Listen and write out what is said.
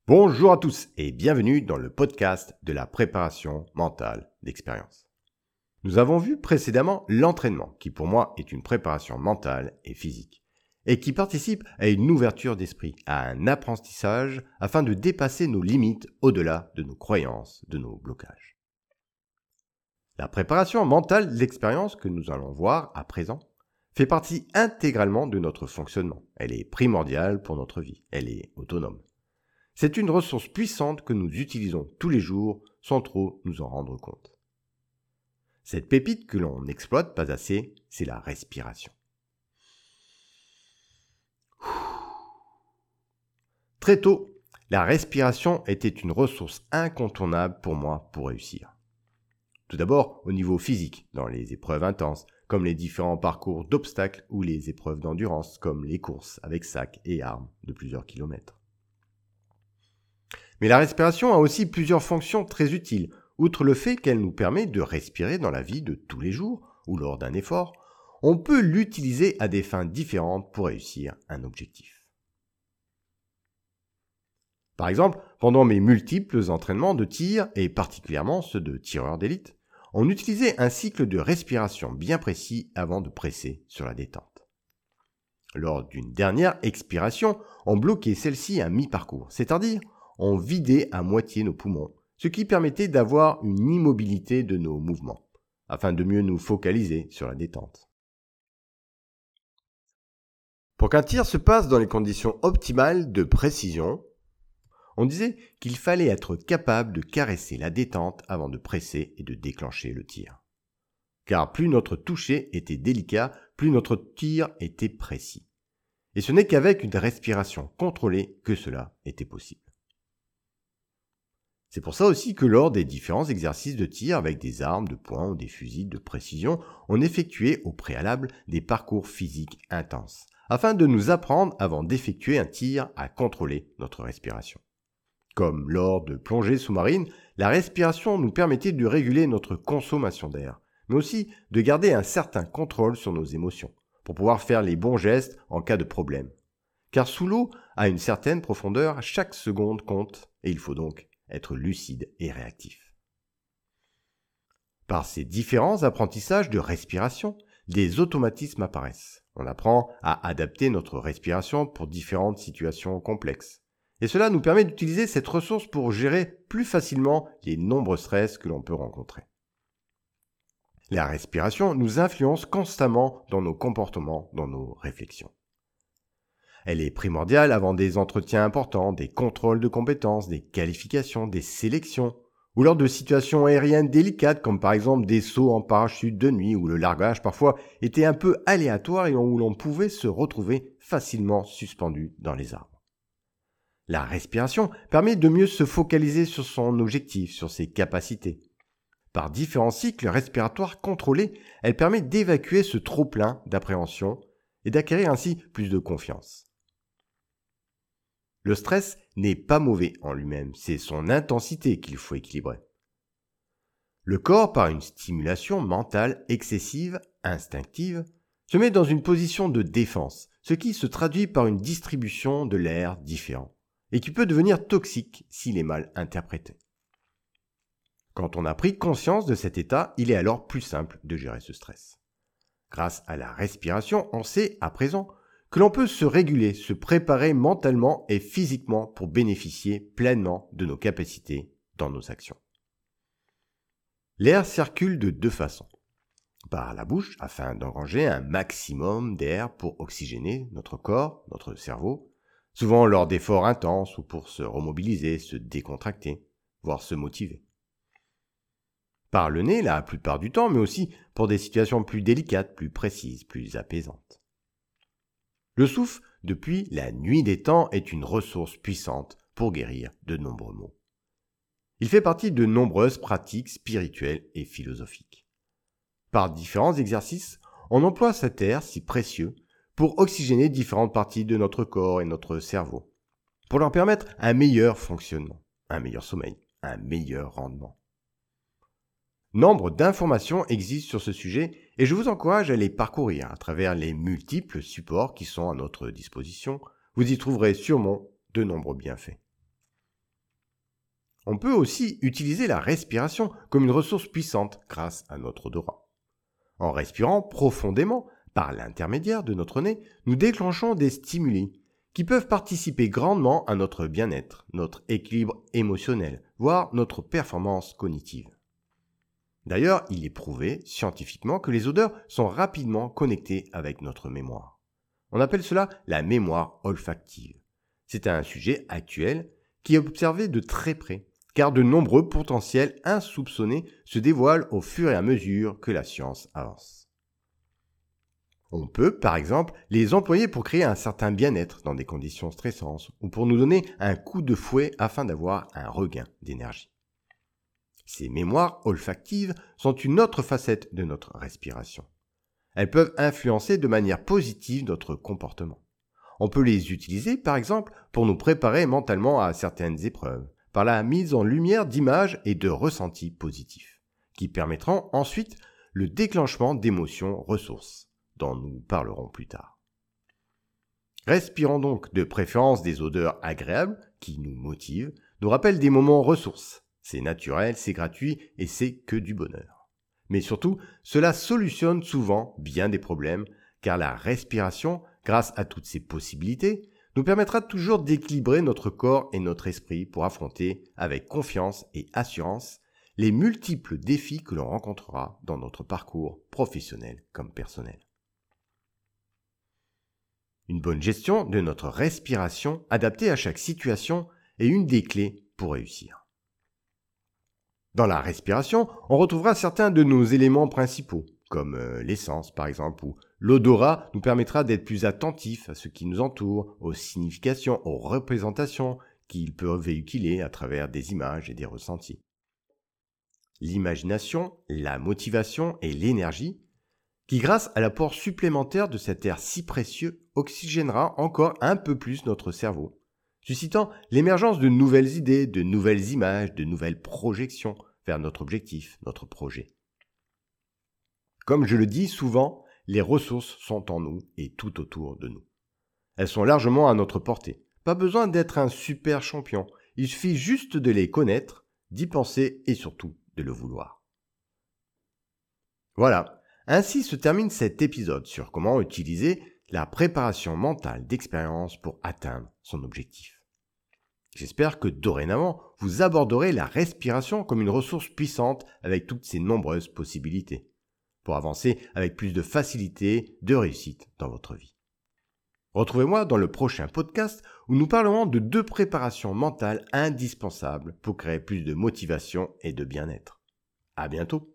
Bonjour à tous et bienvenue dans le podcast de la préparation mentale d'expérience. Nous avons vu précédemment l'entraînement qui pour moi est une préparation mentale et physique et qui participe à une ouverture d'esprit, à un apprentissage afin de dépasser nos limites au-delà de nos croyances, de nos blocages. La préparation mentale d'expérience que nous allons voir à présent fait partie intégralement de notre fonctionnement. Elle est primordiale pour notre vie, elle est autonome. C'est une ressource puissante que nous utilisons tous les jours sans trop nous en rendre compte. Cette pépite que l'on n'exploite pas assez, c'est la respiration. Très tôt, la respiration était une ressource incontournable pour moi pour réussir. Tout d'abord au niveau physique, dans les épreuves intenses, comme les différents parcours d'obstacles ou les épreuves d'endurance, comme les courses avec sac et armes de plusieurs kilomètres. Mais la respiration a aussi plusieurs fonctions très utiles, outre le fait qu'elle nous permet de respirer dans la vie de tous les jours ou lors d'un effort, on peut l'utiliser à des fins différentes pour réussir un objectif. Par exemple, pendant mes multiples entraînements de tir, et particulièrement ceux de tireurs d'élite, on utilisait un cycle de respiration bien précis avant de presser sur la détente. Lors d'une dernière expiration, on bloquait celle-ci à mi-parcours, c'est-à-dire on vidait à moitié nos poumons, ce qui permettait d'avoir une immobilité de nos mouvements, afin de mieux nous focaliser sur la détente. Pour qu'un tir se passe dans les conditions optimales de précision, on disait qu'il fallait être capable de caresser la détente avant de presser et de déclencher le tir. Car plus notre toucher était délicat, plus notre tir était précis. Et ce n'est qu'avec une respiration contrôlée que cela était possible. C'est pour ça aussi que lors des différents exercices de tir avec des armes de poing ou des fusils de précision, on effectuait au préalable des parcours physiques intenses, afin de nous apprendre avant d'effectuer un tir à contrôler notre respiration. Comme lors de plongées sous-marines, la respiration nous permettait de réguler notre consommation d'air, mais aussi de garder un certain contrôle sur nos émotions, pour pouvoir faire les bons gestes en cas de problème. Car sous l'eau, à une certaine profondeur, chaque seconde compte, et il faut donc être lucide et réactif. Par ces différents apprentissages de respiration, des automatismes apparaissent. On apprend à adapter notre respiration pour différentes situations complexes. Et cela nous permet d'utiliser cette ressource pour gérer plus facilement les nombreux stress que l'on peut rencontrer. La respiration nous influence constamment dans nos comportements, dans nos réflexions. Elle est primordiale avant des entretiens importants, des contrôles de compétences, des qualifications, des sélections, ou lors de situations aériennes délicates comme par exemple des sauts en parachute de nuit où le largage parfois était un peu aléatoire et où l'on pouvait se retrouver facilement suspendu dans les arbres. La respiration permet de mieux se focaliser sur son objectif, sur ses capacités. Par différents cycles respiratoires contrôlés, elle permet d'évacuer ce trop-plein d'appréhension et d'acquérir ainsi plus de confiance. Le stress n'est pas mauvais en lui-même, c'est son intensité qu'il faut équilibrer. Le corps, par une stimulation mentale excessive, instinctive, se met dans une position de défense, ce qui se traduit par une distribution de l'air différent, et qui peut devenir toxique s'il est mal interprété. Quand on a pris conscience de cet état, il est alors plus simple de gérer ce stress. Grâce à la respiration, on sait à présent que l'on peut se réguler, se préparer mentalement et physiquement pour bénéficier pleinement de nos capacités dans nos actions. L'air circule de deux façons. Par la bouche, afin d'engranger un maximum d'air pour oxygéner notre corps, notre cerveau, souvent lors d'efforts intenses ou pour se remobiliser, se décontracter, voire se motiver. Par le nez, la plupart du temps, mais aussi pour des situations plus délicates, plus précises, plus apaisantes. Le souffle, depuis la nuit des temps, est une ressource puissante pour guérir de nombreux maux. Il fait partie de nombreuses pratiques spirituelles et philosophiques. Par différents exercices, on emploie cet air si précieux pour oxygéner différentes parties de notre corps et notre cerveau, pour leur permettre un meilleur fonctionnement, un meilleur sommeil, un meilleur rendement. Nombre d'informations existent sur ce sujet et je vous encourage à les parcourir à travers les multiples supports qui sont à notre disposition. Vous y trouverez sûrement de nombreux bienfaits. On peut aussi utiliser la respiration comme une ressource puissante grâce à notre odorat. En respirant profondément, par l'intermédiaire de notre nez, nous déclenchons des stimuli qui peuvent participer grandement à notre bien-être, notre équilibre émotionnel, voire notre performance cognitive. D'ailleurs, il est prouvé scientifiquement que les odeurs sont rapidement connectées avec notre mémoire. On appelle cela la mémoire olfactive. C'est un sujet actuel qui est observé de très près, car de nombreux potentiels insoupçonnés se dévoilent au fur et à mesure que la science avance. On peut, par exemple, les employer pour créer un certain bien-être dans des conditions stressantes ou pour nous donner un coup de fouet afin d'avoir un regain d'énergie. Ces mémoires olfactives sont une autre facette de notre respiration. Elles peuvent influencer de manière positive notre comportement. On peut les utiliser, par exemple, pour nous préparer mentalement à certaines épreuves, par la mise en lumière d'images et de ressentis positifs, qui permettront ensuite le déclenchement d'émotions ressources, dont nous parlerons plus tard. Respirons donc de préférence des odeurs agréables qui nous motivent, nous rappellent des moments ressources. C'est naturel, c'est gratuit et c'est que du bonheur. Mais surtout, cela solutionne souvent bien des problèmes, car la respiration, grâce à toutes ces possibilités, nous permettra toujours d'équilibrer notre corps et notre esprit pour affronter avec confiance et assurance les multiples défis que l'on rencontrera dans notre parcours professionnel comme personnel. Une bonne gestion de notre respiration adaptée à chaque situation est une des clés pour réussir. Dans la respiration, on retrouvera certains de nos éléments principaux, comme l'essence par exemple, ou l'odorat nous permettra d'être plus attentifs à ce qui nous entoure, aux significations, aux représentations qu'il peut véhiculer à travers des images et des ressentis. L'imagination, la motivation et l'énergie, qui grâce à l'apport supplémentaire de cet air si précieux, oxygénera encore un peu plus notre cerveau, suscitant l'émergence de nouvelles idées, de nouvelles images, de nouvelles projections vers notre objectif, notre projet. Comme je le dis souvent, les ressources sont en nous et tout autour de nous. Elles sont largement à notre portée. Pas besoin d'être un super champion, il suffit juste de les connaître, d'y penser et surtout de le vouloir. Voilà, ainsi se termine cet épisode sur comment utiliser la préparation mentale d'expérience pour atteindre son objectif. J'espère que dorénavant, vous aborderez la respiration comme une ressource puissante avec toutes ses nombreuses possibilités, pour avancer avec plus de facilité, de réussite dans votre vie. Retrouvez-moi dans le prochain podcast où nous parlerons de 2 préparations mentales indispensables pour créer plus de motivation et de bien-être. À bientôt!